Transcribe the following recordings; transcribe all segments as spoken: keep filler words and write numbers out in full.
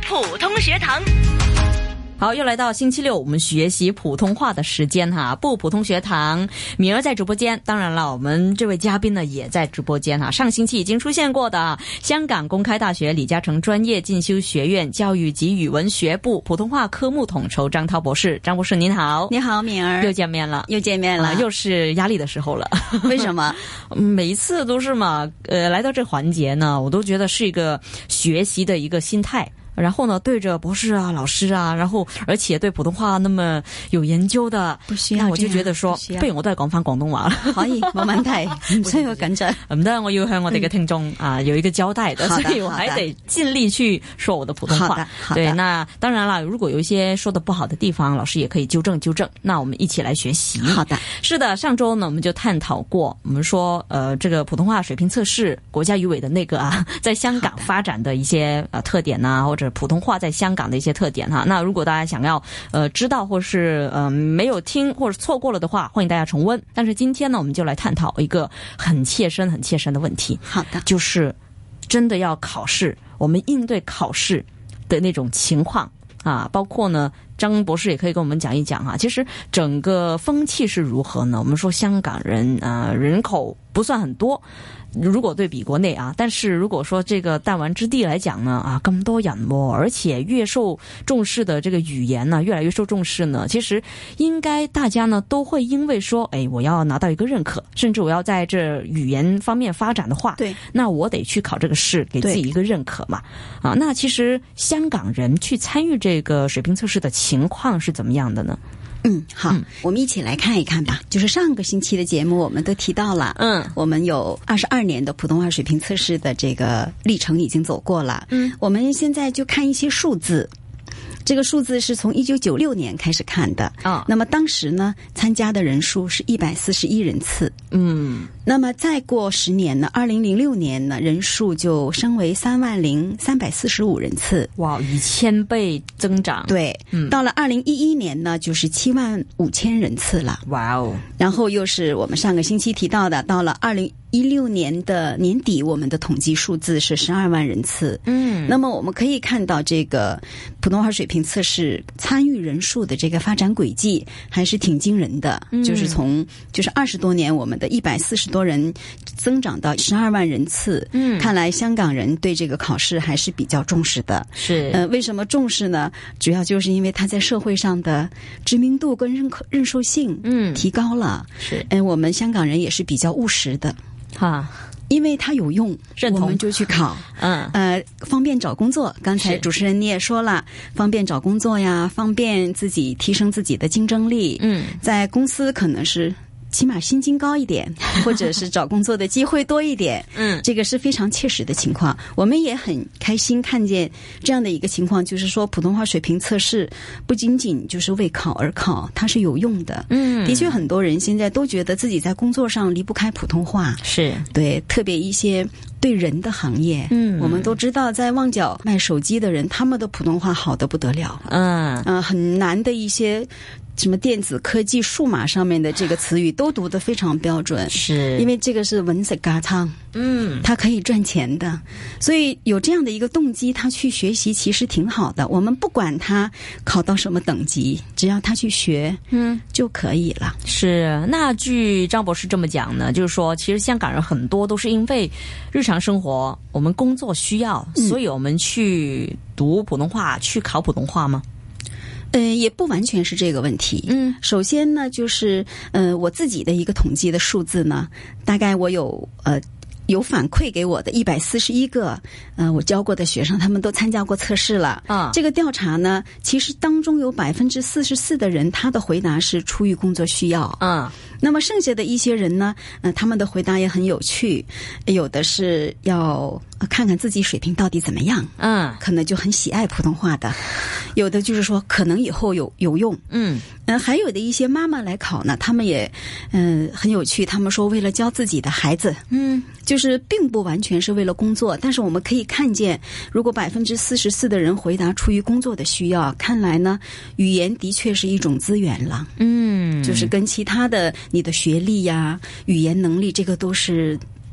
普通学堂。好，又来到星期六，我们学习普通话的时间哈。不普通学堂，敏儿在直播间，当然了，我们这位嘉宾呢也在直播间哈。上星期已经出现过的香港公开大学李嘉诚专业进修学院教育及语文学部普通话科目统筹张涛博士，张博士您好。 你好，敏儿， 又见面了， 又见面了， 啊、又是压力的时候了。 为什么？ 每一次都是嘛，呃，来到这环节呢，我都觉得是一个学习的一个心态。然后呢，对着博士啊、老师啊，然後而且對普通話那麼有研究的， 不需要， 那我就覺得說，不，不如我都係講翻廣東話啦。 可以，冇問題，唔需要緊張。 唔得，我要向我哋嘅聽眾、嗯、啊有一個交代的，所以我還得盡力去說我的普通話。 好的，好的。 對，那當然啦，如果有一些說的不好的地方，老師也可以糾正糾正。那我們一起來學習。 好的， 是的，上周呢，我們就探討過，我們說，呃，這個普通話水平測試，國家語委的那個啊，在香港發展的一些呃特點啊，或者普通話在香港的一些特點哈，那如果大家想要呃知道或是呃沒有聽或者錯過了的話，歡迎大家重溫。但是今天呢，我們就來探討一個很切身、很切身的問題。 好的， 就是真的要考試，我們應對考試的那種情況啊，包括呢，張博士也可以跟我們講一講哈。其實整個風氣是如何呢？我們說香港人啊、呃，人口不算很多。如果對比國內啊，但是如果說這個彈丸之地來講呢，啊咁多人喎，而且越受重視的這個語言呢，越來越受重視呢，其實應該大家呢都會因為說，誒，我要拿到一個認可，甚至我要在這語言方面發展的話， 對， 那我得去考這個試，給自己一個認可嘛。啊，那其實香港人去參與這個水平測試的情況是怎麼樣的呢？ 嗯，好、嗯，我們一起來看一看吧。就是上個星期的節目，我們都提到了，嗯，我們有二十二年的普通話水平測試的這個歷程已經走過了。嗯，我們現在就看一些數字。這個數字是從一九九六年開始看的。哦，那麼當時呢，參加的人數是一百四十一人次。嗯，那麼再過十年呢，二零零六年呢，人數就升為三萬零三百四十五人次。 哇，以千倍增長。 對，嗯，到了二零一一年呢，就是七萬五千人次了。哇哦！然後又是我們上個星期提到的，到了二零一六年的年底，我們的統計數字是十二萬人次。嗯，那麼我們可以看到這個普通話水平測試參與人數的這個發展軌跡還是挺驚人的。嗯，就是從就是二十多年，我們的一百四十多人增長到十二萬人次。嗯，看來香港人對這個考試還是比較重視的。是，呃，為什麼重視呢？主要就是因為它在社會上的知名度跟認可認受性嗯提高了。是，嗯、呃，我們香港人也是比較務實的。哈，因為它有用，認同我們就去考。嗯，呃，方便找工作。剛才主持人你也說了，方便找工作呀，方便自己提升自己的競爭力。嗯，在公司可能是起碼薪金高一點，或者是找工作的機會多一點。嗯，這個是非常切實的情況。我們也很開心看見這樣的一個情況，就是說普通話水平測試不僅僅就是為考而考，它是有用的。嗯，的確很多人現在都覺得自己在工作上離不開普通話。是，對，特別一些對人的行業。嗯，我們都知道在旺角賣手機的人，他們的普通話好得不得了。嗯，呃，很難的一些什麼電子科技數碼上面的這個詞語都讀得非常標準，是因為這個是揾食家常，嗯，他可以賺錢的，所以有這樣的一個動機，他去學習其實挺好的。我們不管他考到什麼等級，只要他去學，嗯，就可以了。是，那據張博士這麼講呢，就是說其實香港人很多都是因為日常生活我們工作需要，嗯，所以我們去讀普通話，去考普通話嗎？呃，也不完全是這個問題。嗯，首先呢，就是呃，我自己的一個統計的數字呢，大概我有呃有反饋給我的一百四十一個呃我教過的學生，他們都參加過測試了。啊，這個調查呢，其實當中有百分之四十四的人，他的回答是出於工作需要。啊，那麼剩下的一些人呢，呃，他們的回答也很有趣，有的是要看看自己水平到底怎麼樣。嗯，可能就很喜愛普通話的。有的就是說可能以後有有用。嗯，呃，還有的一些媽媽來考呢，他們也嗯、呃、很有趣，他們說為了教自己的孩子，嗯，就是並不完全是為了工作，但是我們可以看見，如果百分之四十四的人回答出於工作的需要，看來呢，語言的確是一種資源了。嗯，就是跟其他的你的學歷呀、語言能力，這個都是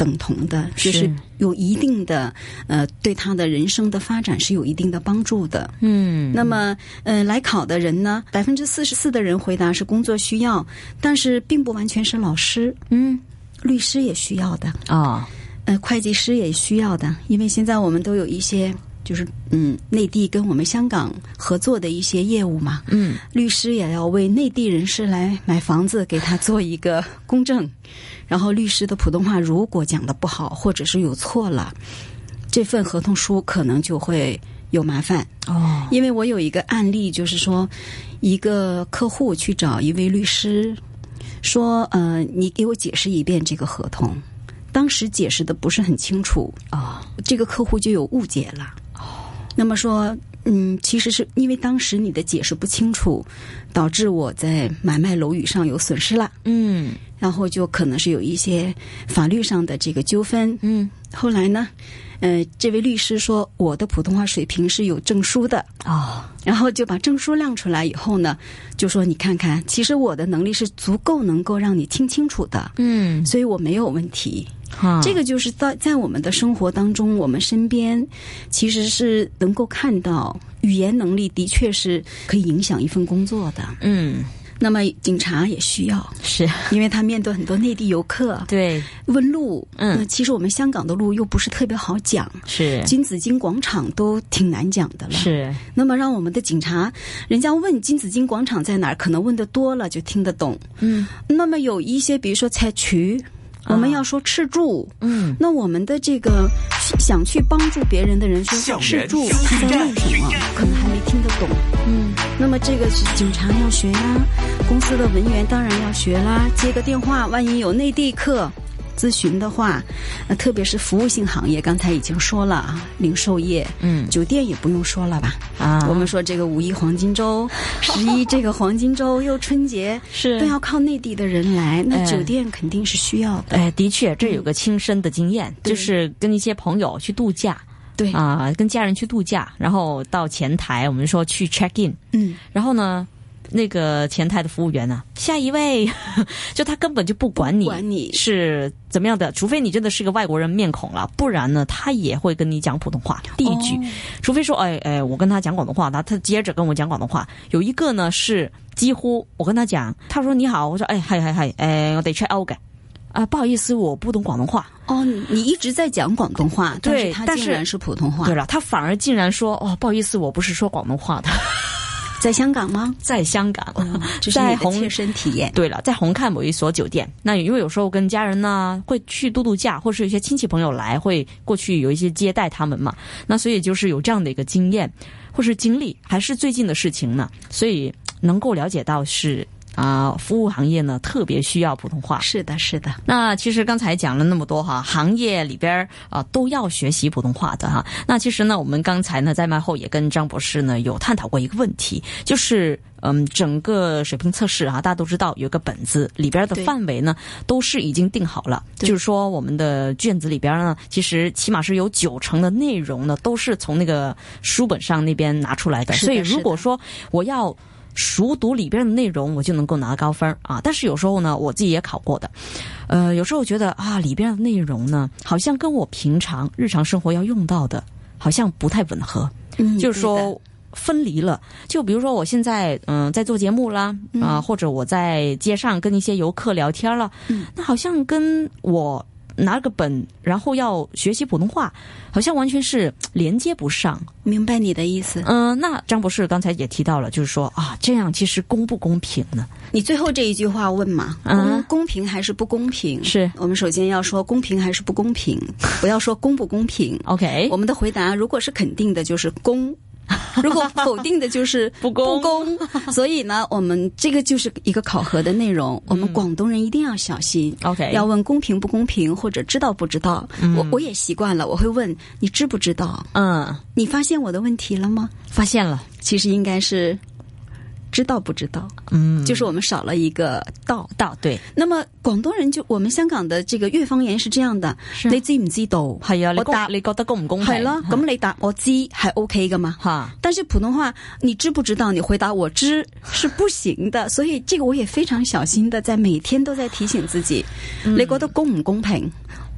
等同的，就是有一定的呃对他的人生的发展是有一定的帮助的。 嗯， 那么呃来考的人呢，百分之四十四的人回答是工作需要，但是并不完全是老师， 嗯， 律师也需要的啊、哦， 呃会计师也需要的，因为现在我们都有一些。就是嗯，内地跟我们香港合作的一些业务嘛， 嗯， 律师也要为内地人士来买房子，给他做一个公证。然后律师的普通话如果讲得不好，或者是有错了，这份合同书可能就会有麻烦哦。 因为我有一个案例，就是说一个客户去找一位律师，说呃，你给我解释一遍这个合同。当时解释的不是很清楚啊、 哦，这个客户就有误解了。那么说，嗯，其实是因为当时你的解释不清楚，导致我在买卖楼宇上有损失了。 嗯， 然后就可能是有一些法律上的这个纠纷。 嗯， 后来呢，呃，这位律师说我的普通话水平是有证书的啊、哦， 然后就把证书亮出来以后呢，就说你看看，其实我的能力是足够能够让你听清楚的。 嗯， 所以我没有问题。 啊、 这个就是在在我们的生活当中，我们身边其实是能够看到语言能力的确是可以影响一份工作的。 嗯， 那么警察也需要， 是因为他面对很多内地游客， 对， 问路， 嗯、 呃，其实我们香港的路又不是特别好讲， 是金紫荆广场都挺难讲的了， 是。 那么让我们的警察，人家问金紫荆广场在哪儿，可能问得多了就听得懂， 嗯。 那么有一些，比如说采渠。我们要说赤柱， 嗯， 那我们的这个想去帮助别人的人说赤柱，他在问什么，可能还没听得懂，嗯，那么这个是警察要学呀，公司的文员当然要学啦，接个电话，万一有内地客咨询的话，呃，特别是服务性行业，刚才已经说了啊，零售业， 嗯， 酒店也不用说了吧， 啊， 我们说这个五一黄金周，十一这个黄金周又春节， 是都要靠内地的人来，那酒店肯定是需要的。 哎，呃、的确，这有个亲身的经验， 嗯、 就是跟一些朋友去度假， 对啊、呃，跟家人去度假，然后到前台，我们说去 check in， 嗯， 然后呢。那个前台的服务员呢、啊，下一位，就他根本就不管你， 管你是怎么样的，除非你真的是个外国人面孔了，不然呢，他也会跟你讲普通话。第一句，哦、除非说，哎哎，我跟他讲广东话，他他接着跟我讲广东话。有一个呢是几乎我跟他讲，他说你好，我说哎係係係，誒我哋 check out 嘅。啊，不好意思，我不懂廣東話。 哦，你一直在講廣東話， 對， 但是他竟然是普通話。 對了，他反而竟然說，哦，不好意思，我不是說廣東話的。 在香港嗎？ 在香港， 哦、這是你的切身體驗。 對了，在紅磡某一所酒店，那因為有時候跟家人呢會去度度假，或是有些親戚朋友來，會過去有一些接待他們嘛，那所以就是有這樣的一個經驗或是經歷，還是最近的事情呢，所以能夠了解到是。啊，服務行業呢特別需要普通話。 是的，是的。 那其實剛才講了那麼多哈，行業裏邊啊都要學習普通話的哈。那其實呢，我們剛才呢在麥後也跟張博士呢有探討過一個問題，就是嗯，整個水平測試啊，大家都知道有個本子裏邊的範圍呢都是已經定好了，就是說我們的卷子裏邊呢，其實起碼是有九成的內容呢都是從那個書本上那邊拿出來的。所以如果說我要熟讀裏邊的內容，我就能夠拿高分啊！但是有時候呢，我自己也考過的，呃，有時候覺得啊，裏邊的內容呢，好像跟我平常日常生活要用到的，好像不太吻合。嗯，就是說分離了。就比如說我現在嗯、呃、在做節目啦，啊、呃，或者我在街上跟一些遊客聊天了，嗯，那好像跟我拿個本，然後要學習普通話，好像完全是連接不上。 明白你的意思。 嗯、呃，那張博士剛才也提到了，就是說啊，這樣其實公不公平呢？ 你最後這一句話問嘛，公、嗯、公平還是不公平？是我們首先要說公平還是不公平，不要說公不公平。OK， 我們的回答如果是肯定的，就是公。如果否定的就是不公，不公。所以呢，我們這個就是一個考核的內容。我們廣東人一定要小心。OK， 要問公平不公平，或者知道不知道。嗯、我我也習慣了，我會問你知不知道？嗯，你發現我的問題了嗎？ 發現了。 其實應該是知道不知道？嗯，就是我們少了一個道道。對。 那麼廣東人就我們香港的這個粵方言是這樣的，你知唔知道？ 係啊， 我答你覺得公唔公平？ 係啦，咁你答我知係 OK 噶嘛？哈。但是普通話你知不知道？你回答我知是不行的，所以這個我也非常小心的，在每天都在提醒自己，嗯、你覺得公唔公平？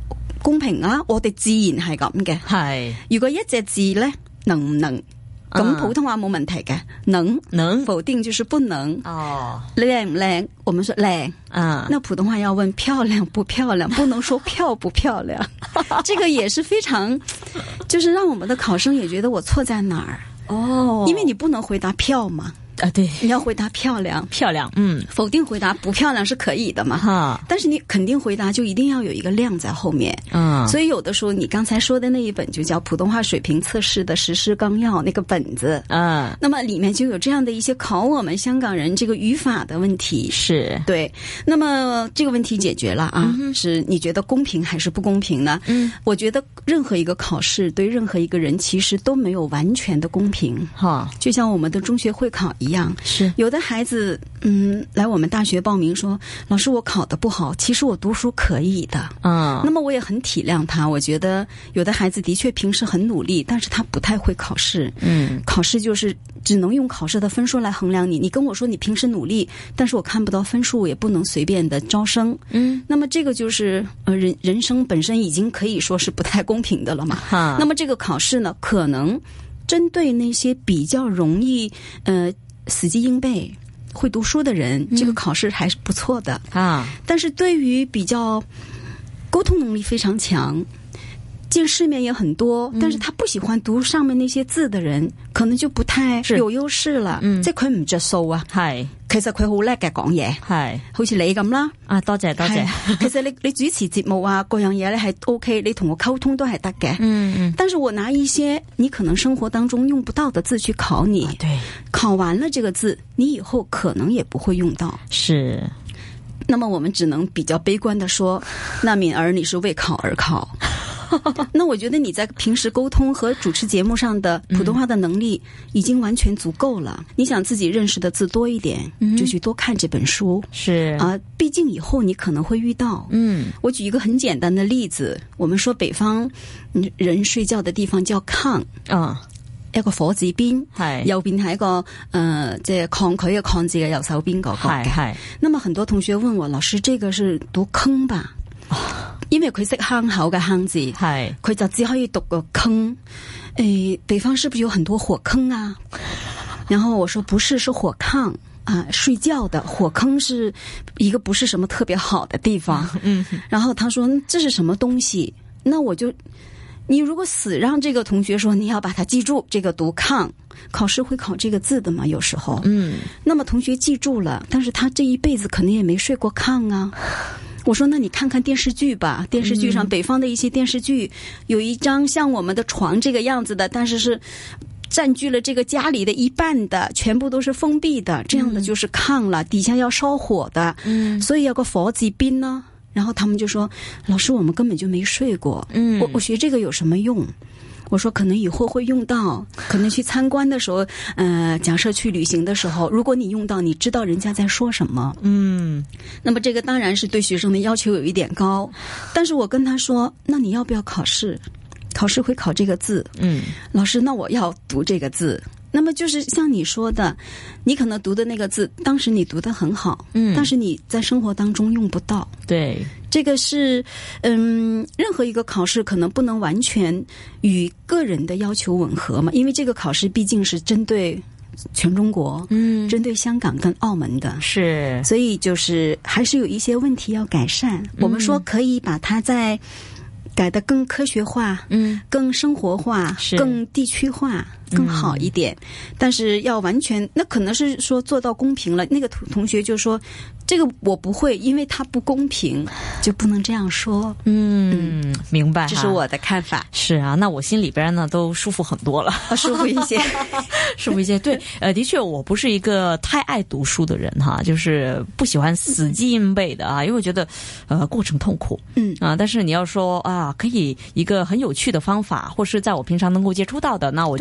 公平啊，我哋自然係咁嘅。 係， 如果一隻字咧能唔能？咁普通話冇問題嘅，能能否定就是不能。 哦， 靚唔靚？我們說靚啊， 那普通話要問漂亮不漂亮，不能說漂不漂亮。這個也是非常，就是讓我們的考生也覺得我錯在哪兒哦，因為你不能回答漂嘛。 啊，對， 你要回答漂亮， 漂亮，嗯， 否定回答不漂亮是可以的嘛，哈，但是你肯定回答就一定要有一個量在後面，嗯，所以有的時候你剛才說的那一本就叫普通話水平測試的實施綱要那個本子，嗯，那麼裏面就有這樣的一些考我們香港人這個語法的問題，是對，那麼這個問題解決了啊，嗯，是你覺得公平還是不公平呢？嗯，我覺得任何一個考試對任何一個人其實都沒有完全的公平，哈，就像我們的中學會考一樣，是有的孩子嗯來我們大學報名說，老師我考得不好，其實我讀書可以的，嗯，那麼我也很體諒他，我覺得有的孩子的確平時很努力，但是他不太會考試，嗯，考試就是只能用考試的分數來衡量你，你跟我說你平時努力，但是我看不到分數，我也不能隨便的招生，嗯，那麼這個就是呃人人生本身已經可以說是不太公平的了嘛，哈，那麼這個考試呢可能針對那些比較容易呃死記硬背會讀書的人，這個考試還是不錯的啊。但是對於比較溝通能力非常強，見世面也很多，但是他不喜歡讀上面那些字的人，可能就不太有優勢了。嗯，即係佢唔着數啊。係，其實佢好叻嘅講嘢。係，好似你咁啦。啊，多謝多謝。其實你你主持節目啊，各樣嘢咧係 OK， 你同我溝通都係得嘅。嗯嗯。但是我拿一些你可能生活當中用不到的字去考你，啊，對，考完了這個字，你以後可能也不會用到。是。那麼我們只能比較悲觀的說，那敏兒你是為考而考。那我覺得你在平時溝通和主持節目上的普通話的能力已經完全足夠了。嗯，你想自己認識的字多一點，嗯，就去多看這本書。是啊，畢竟以後你可能會遇到。嗯，我舉一個很簡單的例子，我們說北方人睡覺的地方叫炕，啊，一個火字邊，係右邊係一個呃，即係抗拒嘅抗字嘅右手邊嗰個嘅。係，那麼很多同學問我，老師，這個是讀坑吧？因為佢識坑口嘅坑字，係佢就只可以讀個坑。誒，北方是不是有很多火坑啊？然後我說不是，是火炕啊，睡覺的火坑是一個不是什麼特別好的地方。嗯，然後他說這是什麼東西？那我就，你如果死讓這個同學說你要把它記住，這個讀炕，考試會考這個字的嘛？有時候，嗯，那麼同學記住了，但是他這一輩子可能也沒睡過炕啊。我說那你看看電視劇吧，電視劇上北方的一些電視劇，有一張像我們的床這個樣子的，但是是佔據了這個家裡的一半的，全部都是封閉的，這樣的就是炕了，底下要燒火的，嗯，所以有個火字邊呢。然後他們就說，老師我們根本就沒睡過，嗯，我我學這個有什麼用？我說可能以後會用到，可能去參觀的時候，呃，假設去旅行的時候，如果你用到，你知道人家在說什麼，嗯，那麼這個當然是對學生的要求有一點高，但是我跟他說，那你要不要考試？考試會考這個字，嗯，老師，那我要讀這個字。那麼就是像你說的，你可能讀的那個字，當時你讀得很好，嗯，但是你在生活當中用不到。對，這個是，嗯，任何一個考試可能不能完全與個人的要求吻合嘛，因為這個考試畢竟是針對全中國，嗯，針對香港跟澳門的，是，所以就是還是有一些問題要改善。嗯，我們說可以把它在改得更科學化，嗯，更生活化，更地區化，更好一點，嗯，但是要完全，那可能是說做到公平了。那個同學就說，這個我不會，因為它不公平，就不能這樣說。嗯，嗯，明白，這是我的看法。是啊，那我心裏邊呢都舒服很多了，舒服一些，舒服一些。對，呃，的確我不是一個太愛讀書的人哈，就是不喜歡死記硬背的啊，因為我覺得呃過程痛苦。嗯啊，但是你要說啊，可以一個很有趣的方法，或是在我平常能夠接觸到的，那我就。對對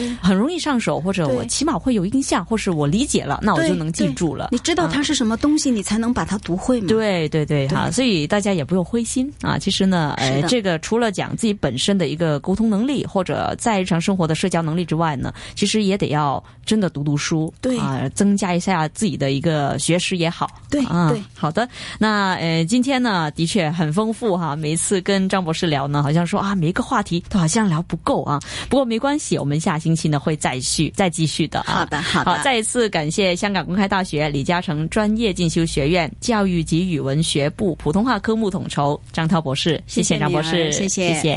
很容易上手，或者我起码会有印象，或是我理解了，那我就能记住了。 你知道它是什么东西，你才能把它读会嘛。 对对对，哈，所以大家也不用灰心啊。其实呢，呃，这个除了讲自己本身的一个沟通能力，或者在日常生活的社交能力之外呢，其实也得要真的读读书， 对啊，增加一下自己的一个学识也好。 对啊， 对， 好的。那呃，今天呢，的确很丰富哈。每一次跟张博士聊呢，好像说啊，每一个话题都好像聊不够啊。不过没关系，我们下星期呢会再续再继续的啊。 好的，好的。 好，再一次感谢香港公开大学李嘉诚专业进修学院教育及语文学部普通话科目统筹张涛博士，谢谢张博士， 谢谢，谢谢。